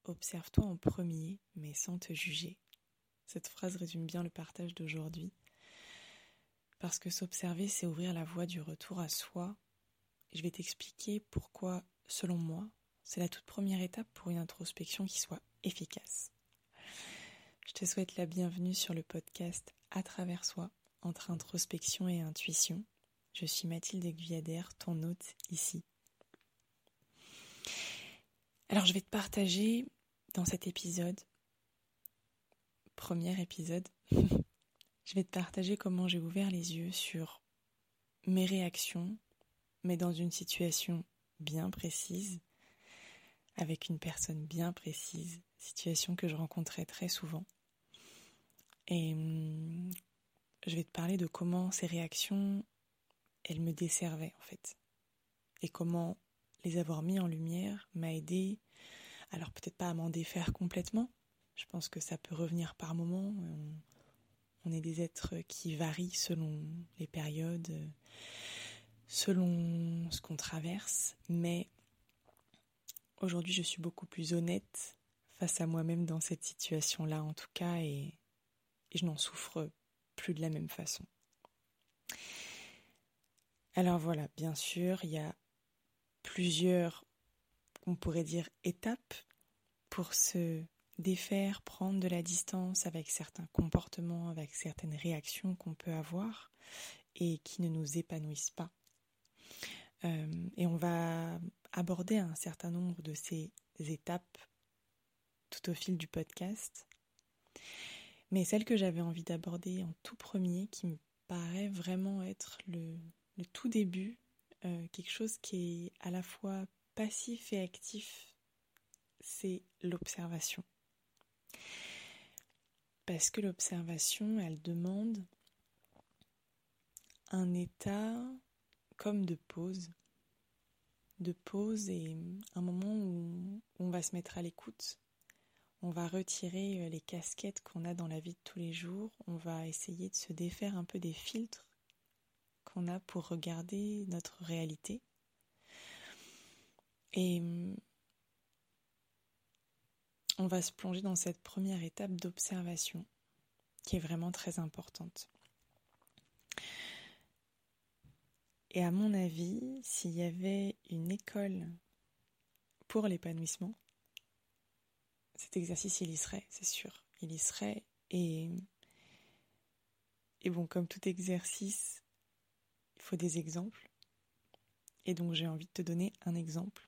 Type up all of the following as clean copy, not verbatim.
observe-toi en premier, mais sans te juger. Cette phrase résume bien le partage d'aujourd'hui. Parce que s'observer, c'est ouvrir la voie du retour à soi. Et je vais t'expliquer pourquoi, selon moi, c'est la toute première étape pour une introspection qui soit efficace. Je te souhaite la bienvenue sur le podcast À travers soi, entre introspection et intuition. Je suis Mathilde Guyader, ton hôte ici. Alors je vais te partager dans cet épisode, premier épisode, je vais te partager comment j'ai ouvert les yeux sur mes réactions, mais dans une situation bien précise, avec une personne bien précise, situation que je rencontrais très souvent. Et je vais te parler de comment ces réactions, elles me desservaient en fait. Et comment les avoir mis en lumière m'a aidé, alors peut-être pas à m'en défaire complètement, je pense que ça peut revenir par moments. On est des êtres qui varient selon les périodes, selon ce qu'on traverse, mais aujourd'hui je suis beaucoup plus honnête face à moi-même dans cette situation-là en tout cas, et je n'en souffre plus de la même façon. Alors voilà, bien sûr, il y a plusieurs, on pourrait dire, étapes pour se défaire, prendre de la distance avec certains comportements, avec certaines réactions qu'on peut avoir et qui ne nous épanouissent pas. Et on va aborder un certain nombre de ces étapes tout au fil du podcast. Mais celle que j'avais envie d'aborder en tout premier, qui me paraît vraiment être le tout début, quelque chose qui est à la fois passif et actif, c'est l'observation. Parce que l'observation, elle demande un état comme de pause et un moment où on va se mettre à l'écoute. On va retirer les casquettes qu'on a dans la vie de tous les jours. On va essayer de se défaire un peu des filtres qu'on a pour regarder notre réalité. Et on va se plonger dans cette première étape d'observation qui est vraiment très importante. Et à mon avis, s'il y avait une école pour l'épanouissement, cet exercice, il y serait, c'est sûr. Il y serait. Et bon, comme tout exercice, il faut des exemples. Et donc, j'ai envie de te donner un exemple.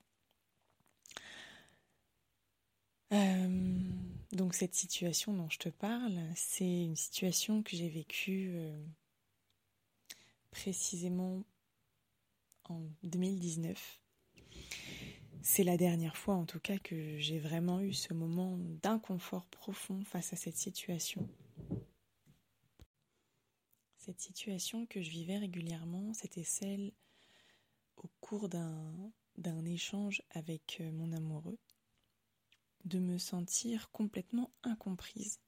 Donc, cette situation dont je te parle, c'est une situation que j'ai vécue précisément en 2019. C'est la dernière fois, en tout cas, que j'ai vraiment eu ce moment d'inconfort profond face à cette situation. Cette situation que je vivais régulièrement, c'était celle au cours d'un échange avec mon amoureux, de me sentir complètement incomprise.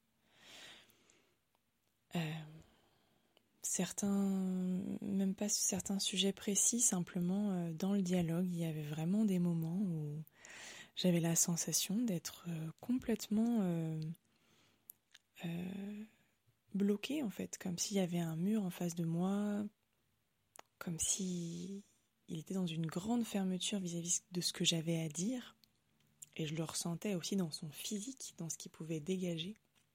Même pas certains sujets précis, simplement dans le dialogue, il y avait vraiment des moments où j'avais la sensation d'être complètement bloquée en fait, comme s'il y avait un mur en face de moi, comme si il était dans une grande fermeture vis-à-vis de ce que j'avais à dire, et je le ressentais aussi dans son physique, dans ce qu'il pouvait dégager.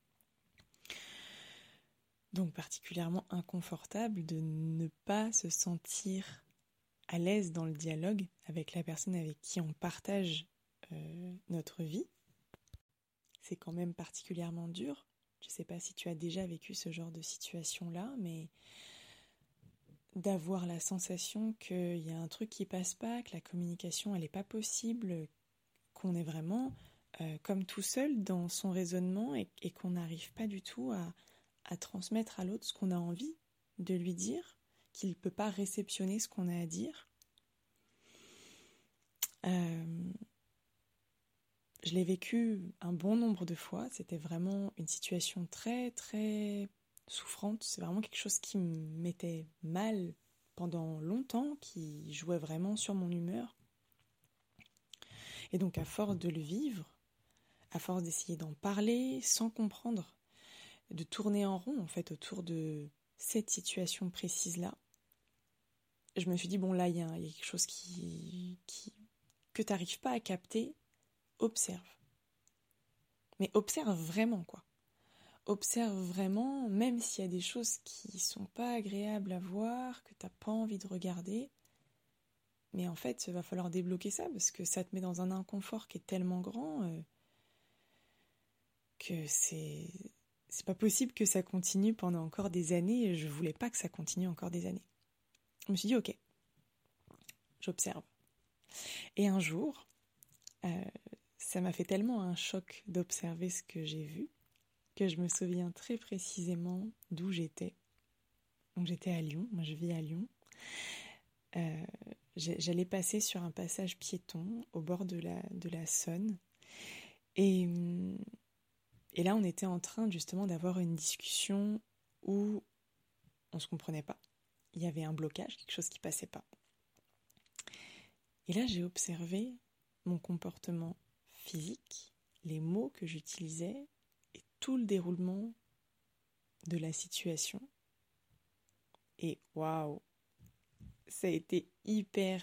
Donc particulièrement inconfortable de ne pas se sentir à l'aise dans le dialogue avec la personne avec qui on partage notre vie. C'est quand même particulièrement dur. Je ne sais pas si tu as déjà vécu ce genre de situation-là, mais d'avoir la sensation qu'il y a un truc qui passe pas, que la communication elle n'est pas possible, qu'on est vraiment comme tout seul dans son raisonnement et qu'on n'arrive pas du tout à transmettre à l'autre ce qu'on a envie de lui dire, qu'il ne peut pas réceptionner ce qu'on a à dire. Je l'ai vécu un bon nombre de fois. C'était vraiment une situation très très souffrante. C'est vraiment quelque chose qui me mettait mal pendant longtemps, qui jouait vraiment sur mon humeur. Et donc à force de le vivre, à force d'essayer d'en parler sans comprendre, de tourner en rond en fait autour de cette situation précise-là, je me suis dit, bon là, il y a quelque chose que tu n'arrives pas à capter, observe. Mais observe vraiment, quoi. Observe vraiment, même s'il y a des choses qui sont pas agréables à voir, que t'as pas envie de regarder. Mais en fait, il va falloir débloquer ça, parce que ça te met dans un inconfort qui est tellement grand que c'est pas possible que ça continue pendant encore des années, et je voulais pas que ça continue encore des années. Je me suis dit, ok, j'observe. Et un jour, ça m'a fait tellement un choc d'observer ce que j'ai vu, que je me souviens très précisément d'où j'étais. Donc j'étais à Lyon, moi je vis à Lyon. J'allais passer sur un passage piéton au bord de la Saône. Et là, on était en train justement d'avoir une discussion où on ne se comprenait pas. Il y avait un blocage, quelque chose qui ne passait pas. Et là, j'ai observé mon comportement physique, les mots que j'utilisais et tout le déroulement de la situation. Et waouh, ça a été hyper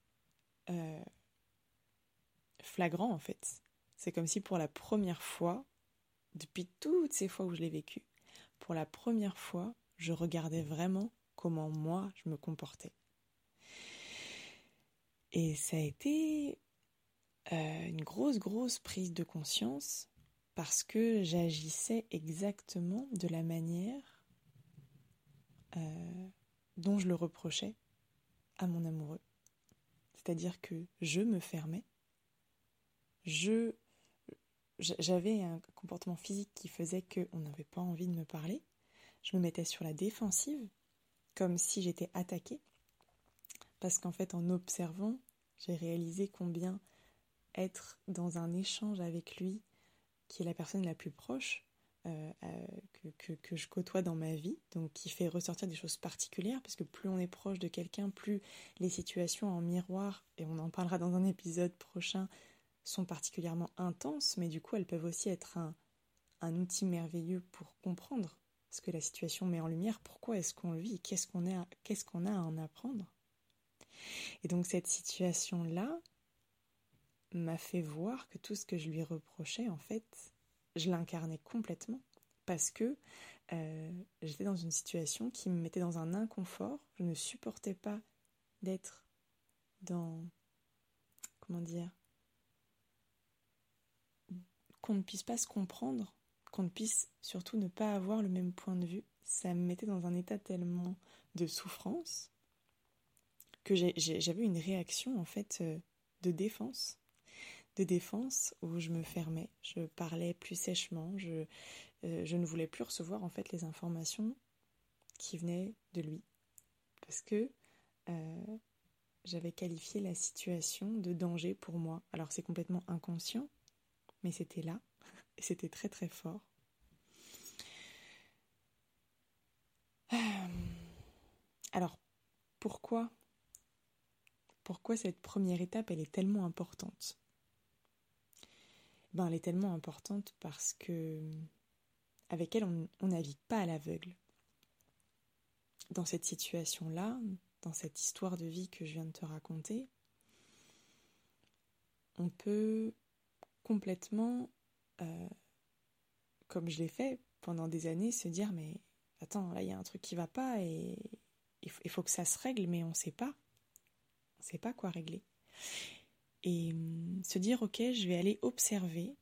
flagrant en fait. C'est comme si pour la première fois, depuis toutes ces fois où je l'ai vécu, pour la première fois, je regardais vraiment comment moi je me comportais. Et ça a été une grosse prise de conscience parce que j'agissais exactement de la manière dont je le reprochais à mon amoureux. C'est-à-dire que je me fermais, j'avais un comportement physique qui faisait qu'on n'avait pas envie de me parler. Je me mettais sur la défensive, comme si j'étais attaquée. Parce qu'en fait, en observant, j'ai réalisé combien être dans un échange avec lui, qui est la personne la plus proche que je côtoie dans ma vie, donc qui fait ressortir des choses particulières, parce que plus on est proche de quelqu'un, plus les situations en miroir, et on en parlera dans un épisode prochain, sont particulièrement intenses, mais du coup elles peuvent aussi être un outil merveilleux pour comprendre ce que la situation met en lumière, pourquoi est-ce qu'on le vit, qu'est-ce qu'on a à en apprendre. Et donc cette situation-là m'a fait voir que tout ce que je lui reprochais, en fait, je l'incarnais complètement, parce que j'étais dans une situation qui me mettait dans un inconfort, je ne supportais pas d'être dans, comment dire, qu'on ne puisse pas se comprendre, qu'on ne puisse surtout ne pas avoir le même point de vue. Ça me mettait dans un état tellement de souffrance que j'avais une réaction en fait de défense où je me fermais, je parlais plus sèchement, je ne voulais plus recevoir en fait les informations qui venaient de lui parce que j'avais qualifié la situation de danger pour moi. Alors c'est complètement inconscient, mais c'était là et c'était très très fort. Alors pourquoi cette première étape elle est tellement importante? Elle est tellement importante parce que avec elle on navigue pas à l'aveugle. Dans cette situation-là, dans cette histoire de vie que je viens de te raconter, on peut complètement, comme je l'ai fait pendant des années, se dire mais attends, là il y a un truc qui va pas et il faut que ça se règle, mais on ne sait pas quoi régler. Et se dire ok, je vais aller observer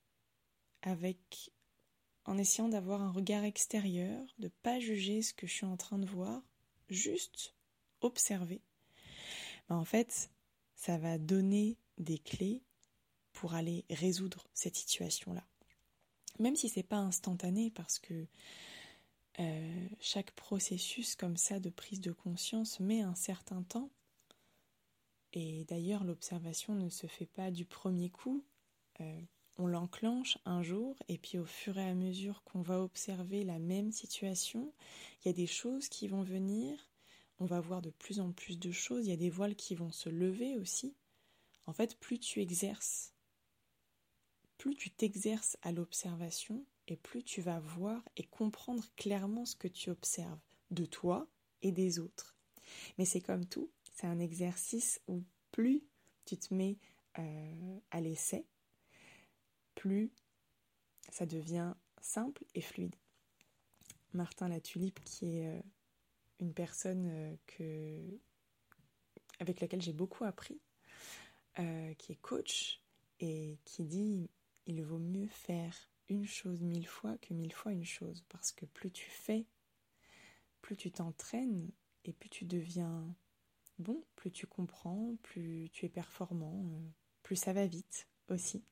en essayant d'avoir un regard extérieur, de ne pas juger ce que je suis en train de voir, juste observer. En fait, ça va donner des clés pour aller résoudre cette situation-là. Même si c'est pas instantané, parce que chaque processus comme ça de prise de conscience met un certain temps. Et d'ailleurs, l'observation ne se fait pas du premier coup. On l'enclenche un jour, et puis au fur et à mesure qu'on va observer la même situation, il y a des choses qui vont venir, on va voir de plus en plus de choses, il y a des voiles qui vont se lever aussi. En fait, plus tu exerces, plus tu t'exerces à l'observation, et plus tu vas voir et comprendre clairement ce que tu observes de toi et des autres. Mais c'est comme tout, c'est un exercice où plus tu te mets à l'essai, plus ça devient simple et fluide. Martin Latulippe, qui est une personne avec laquelle j'ai beaucoup appris, qui est coach et qui dit il vaut mieux faire une chose 1000 fois que 1000 fois une chose, parce que plus tu fais, plus tu t'entraînes et plus tu deviens bon, plus tu comprends, plus tu es performant, plus ça va vite aussi.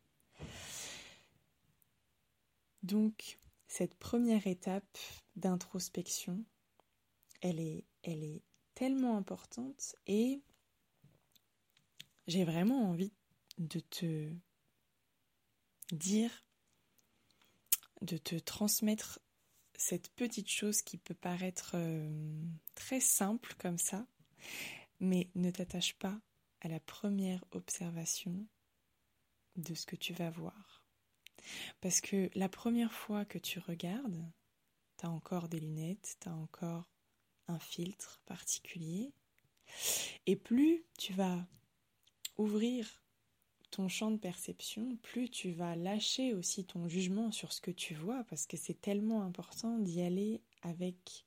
Donc cette première étape d'introspection, elle est tellement importante, et j'ai vraiment envie de te dire, de te transmettre cette petite chose qui peut paraître très simple comme ça, mais ne t'attache pas à la première observation de ce que tu vas voir. Parce que la première fois que tu regardes, tu as encore des lunettes, tu as encore un filtre particulier, et plus tu vas ouvrir ton champ de perception, plus tu vas lâcher aussi ton jugement sur ce que tu vois, parce que c'est tellement important d'y aller avec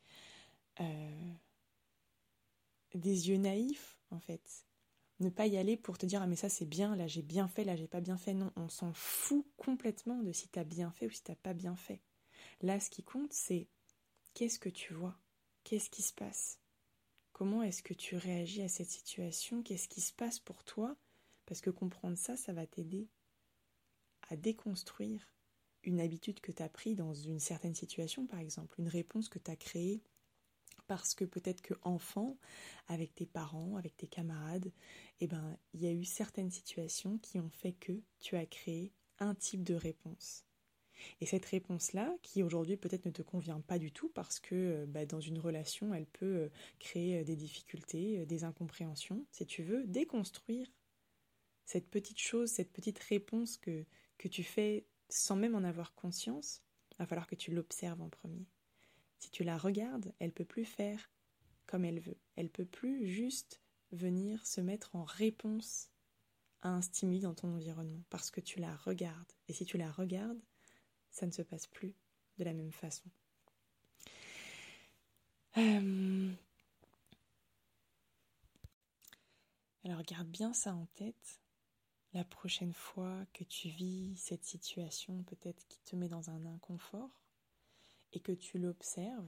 des yeux naïfs, en fait. Ne pas y aller pour te dire « Ah mais ça c'est bien, là j'ai bien fait, là j'ai pas bien fait ». Non, on s'en fout complètement de si t'as bien fait ou si t'as pas bien fait. Là, ce qui compte, c'est qu'est-ce que tu vois ? Qu'est-ce qui se passe ? Comment est-ce que tu réagis à cette situation ? Qu'est-ce qui se passe pour toi ? Parce que comprendre ça, ça va t'aider à déconstruire une habitude que tu as prise dans une certaine situation, par exemple, une réponse que tu as créée parce que peut-être que enfant, avec tes parents, avec tes camarades, il y a eu certaines situations qui ont fait que tu as créé un type de réponse. Et cette réponse-là, qui aujourd'hui peut-être ne te convient pas du tout parce que dans une relation, elle peut créer des difficultés, des incompréhensions, si tu veux, déconstruire cette petite chose, cette petite réponse que tu fais sans même en avoir conscience, il va falloir que tu l'observes en premier. Si tu la regardes, elle ne peut plus faire comme elle veut. Elle ne peut plus juste venir se mettre en réponse à un stimuli dans ton environnement, parce que tu la regardes. Et si tu la regardes, ça ne se passe plus de la même façon. Alors garde bien ça en tête. La prochaine fois que tu vis cette situation, peut-être qui te met dans un inconfort, et que tu l'observes,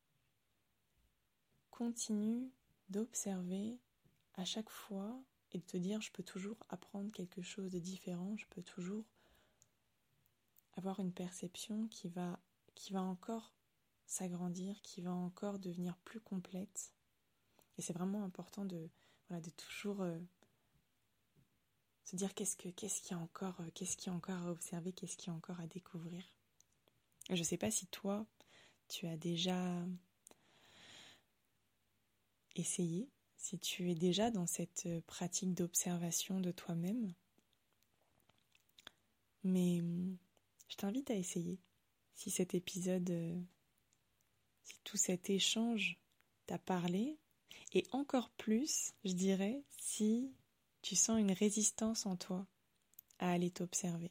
continue d'observer à chaque fois et de te dire je peux toujours apprendre quelque chose de différent, je peux toujours avoir une perception qui va encore s'agrandir, qui va encore devenir plus complète. Et c'est vraiment important de toujours se dire qu'est-ce qu'il y a encore à observer, qu'est-ce qu'il y a encore à découvrir. Je ne sais pas si toi, tu as déjà essayé, si tu es déjà dans cette pratique d'observation de toi-même, mais je t'invite à essayer. Si cet épisode, si tout cet échange t'a parlé, et encore plus, je dirais, si tu sens une résistance en toi à aller t'observer.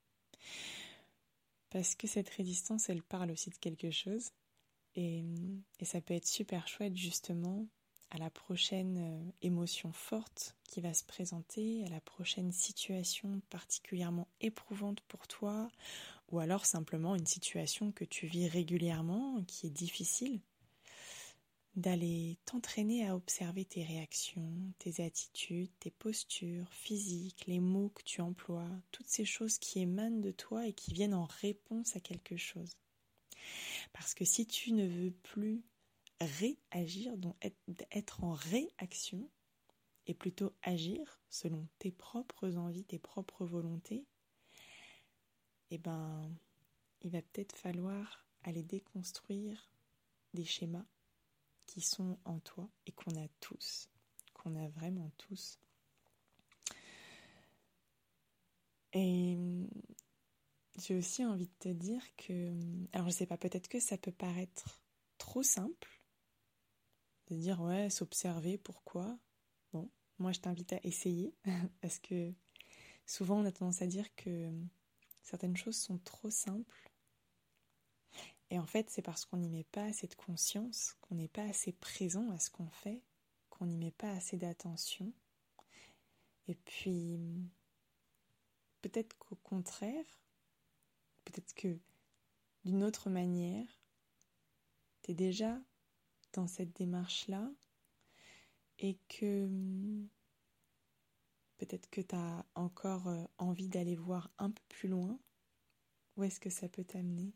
Parce que cette résistance, elle parle aussi de quelque chose. Et ça peut être super chouette justement à la prochaine émotion forte qui va se présenter, à la prochaine situation particulièrement éprouvante pour toi, ou alors simplement une situation que tu vis régulièrement, qui est difficile, d'aller t'entraîner à observer tes réactions, tes attitudes, tes postures physiques, les mots que tu emploies, toutes ces choses qui émanent de toi et qui viennent en réponse à quelque chose. Parce que si tu ne veux plus réagir, donc être en réaction, et plutôt agir selon tes propres envies, tes propres volontés, il va peut-être falloir aller déconstruire des schémas qui sont en toi et qu'on a tous, qu'on a vraiment tous. Et j'ai aussi envie de te dire que, alors je sais pas, peut-être que ça peut paraître trop simple de dire ouais, s'observer, pourquoi? Bon, moi je t'invite à essayer parce que souvent on a tendance à dire que certaines choses sont trop simples et en fait c'est parce qu'on n'y met pas assez de conscience, qu'on n'est pas assez présent à ce qu'on fait, qu'on n'y met pas assez d'attention. Et puis peut-être qu'au contraire, peut-être que d'une autre manière, tu es déjà dans cette démarche-là et que peut-être que tu as encore envie d'aller voir un peu plus loin. Où est-ce que ça peut t'amener?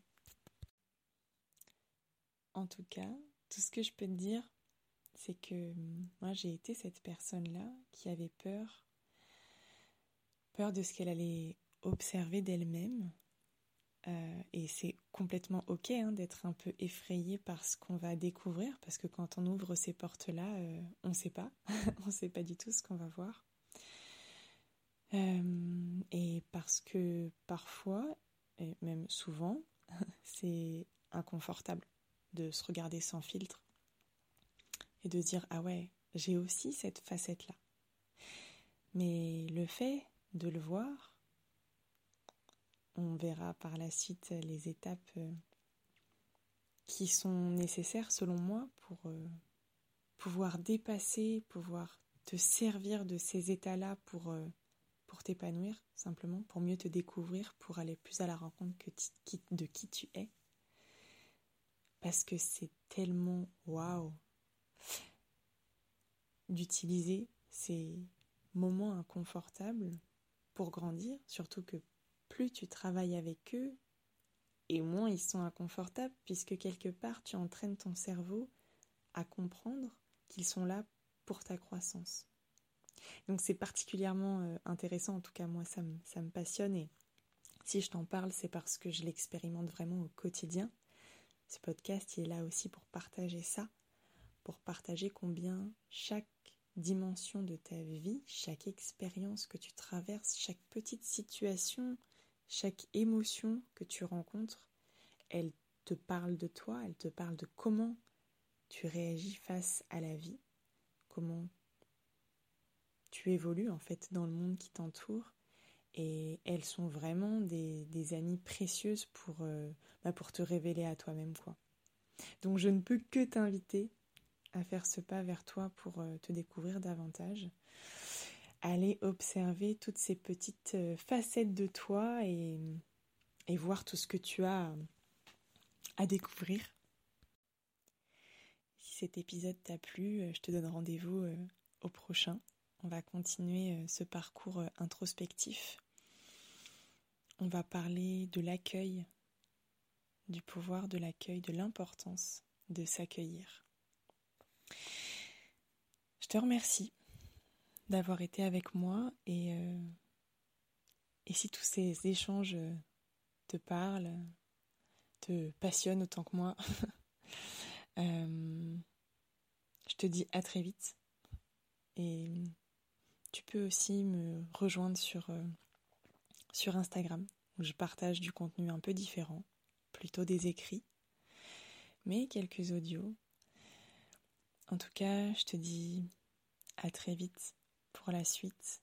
En tout cas, tout ce que je peux te dire, c'est que moi j'ai été cette personne-là qui avait peur de ce qu'elle allait observer d'elle-même. Et c'est complètement ok d'être un peu effrayé par ce qu'on va découvrir, parce que quand on ouvre ces portes-là, on ne sait pas, on ne sait pas du tout ce qu'on va voir. Et parce que parfois, et même souvent, c'est inconfortable de se regarder sans filtre et de se dire ah ouais, j'ai aussi cette facette-là. Mais le fait de le voir, on verra par la suite les étapes qui sont nécessaires selon moi pour pouvoir dépasser, pouvoir te servir de ces états-là pour t'épanouir, simplement, pour mieux te découvrir, pour aller plus à la rencontre de qui tu es. Parce que c'est tellement waouh d'utiliser ces moments inconfortables pour grandir, surtout que plus tu travailles avec eux, et moins ils sont inconfortables, puisque quelque part tu entraînes ton cerveau à comprendre qu'ils sont là pour ta croissance. Donc c'est particulièrement intéressant, en tout cas moi ça me passionne, et si je t'en parle c'est parce que je l'expérimente vraiment au quotidien. Ce podcast il est là aussi pour partager ça, pour partager combien chaque dimension de ta vie, chaque expérience que tu traverses, chaque petite situation, chaque émotion que tu rencontres, elle te parle de toi, elle te parle de comment tu réagis face à la vie, comment tu évolues en fait dans le monde qui t'entoure, et elles sont vraiment des amies précieuses pour te révéler à toi-même, quoi. Donc je ne peux que t'inviter à faire ce pas vers toi pour te découvrir davantage, aller observer toutes ces petites facettes de toi et voir tout ce que tu as à découvrir. Si cet épisode t'a plu, je te donne rendez-vous au prochain. On va continuer ce parcours introspectif. On va parler de l'accueil, du pouvoir de l'accueil, de l'importance de s'accueillir. Je te remercie d'avoir été avec moi et si tous ces échanges te parlent, te passionnent autant que moi, je te dis à très vite. Et tu peux aussi me rejoindre sur Instagram, où je partage du contenu un peu différent, plutôt des écrits, mais quelques audios. En tout cas, je te dis à très vite pour la suite.